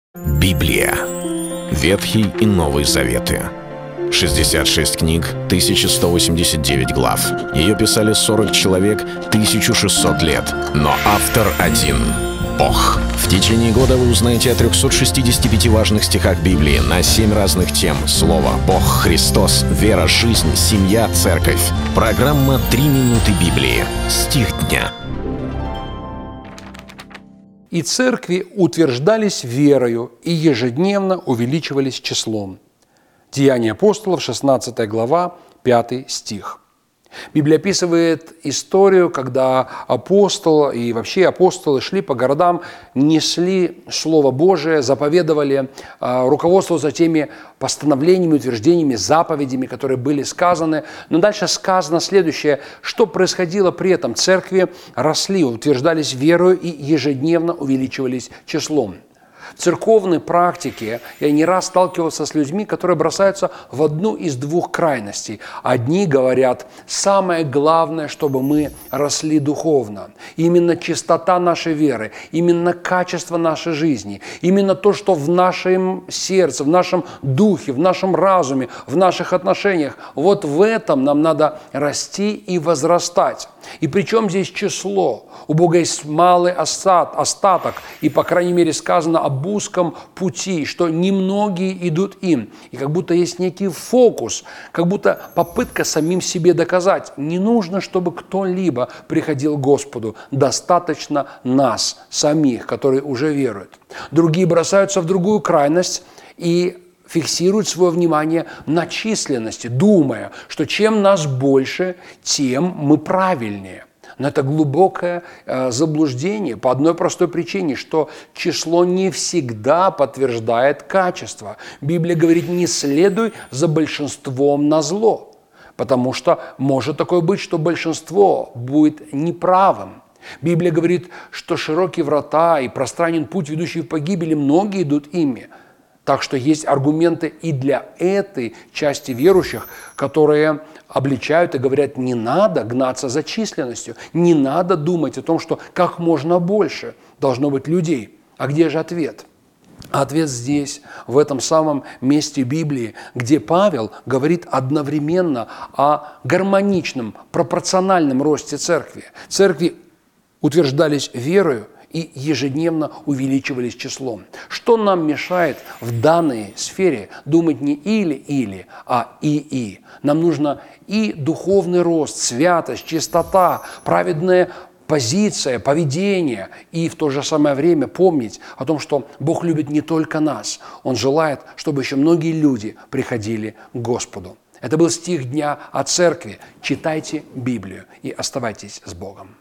Библия. Ветхий и Новый Заветы. 66 книг, 1189 глав. Ее писали 40 человек, 1600 лет. Но автор один — Бог. В течение года вы узнаете о 365 важных стихах Библии на 7 разных тем. Слово, Бог, Христос, вера, жизнь, семья, церковь. Программа «3 минуты Библии». Стих дня. И церкви утверждались верою и ежедневно увеличивались числом. Деяния апостолов, 16 глава, 5 стих. Библия описывает историю, когда апостол и вообще апостолы шли по городам, несли Слово Божие, заповедовали, руководствовались теми постановлениями, утверждениями, заповедями, которые были сказаны. Но дальше сказано следующее, что происходило при этом. Церкви росли, утверждались верою и ежедневно увеличивались числом. В церковной практике я не раз сталкивался с людьми, которые бросаются в одну из двух крайностей. Одни говорят, самое главное, чтобы мы росли духовно. Именно чистота нашей веры, именно качество нашей жизни, именно то, что в нашем сердце, в нашем духе, в нашем разуме, в наших отношениях. Вот в этом нам надо расти и возрастать. И причем здесь число? У Бога есть малый остаток, и, по крайней мере, сказано об узком пути, что немногие идут им. И как будто есть некий фокус, как будто попытка самим себе доказать. Не нужно, чтобы кто-либо приходил к Господу. Достаточно нас, самих, которые уже веруют. Другие бросаются в другую крайность и фиксируют свое внимание на численности, думая, что чем нас больше, тем мы правильнее. Но это глубокое заблуждение по одной простой причине, что число не всегда подтверждает качество. Библия говорит, не следуй за большинством назло, потому что может такое быть, что большинство будет неправым. Библия говорит, что широкие врата и пространен путь, ведущий в погибель, и многие идут ими. Так что есть аргументы и для этой части верующих, которые обличают и говорят, не надо гнаться за численностью, не надо думать о том, что как можно больше должно быть людей. А где же ответ? Ответ здесь, в этом самом месте Библии, где Павел говорит одновременно о гармоничном, пропорциональном росте церкви. Церкви утверждались верою и ежедневно увеличивались числом. Что нам мешает в данной сфере думать не или-или, а и. Нам нужно и духовный рост, святость, чистота, праведная позиция, поведение, и в то же самое время помнить о том, что Бог любит не только нас, Он желает, чтобы еще многие люди приходили к Господу. Это был стих дня о церкви. Читайте Библию и оставайтесь с Богом.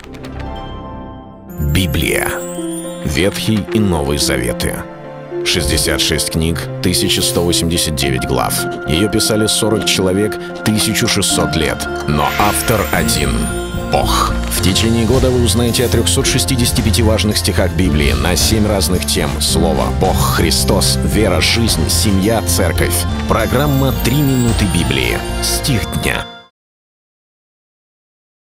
Библия. Ветхий и Новый Заветы. 66 книг, 1189 глав. Ее писали 40 человек, 1600 лет. Но автор один — Бог. В течение года вы узнаете о 365 важных стихах Библии на 7 разных тем. Слово, Бог, Христос, вера, жизнь, семья, церковь. Программа «3 минуты Библии». Стих дня.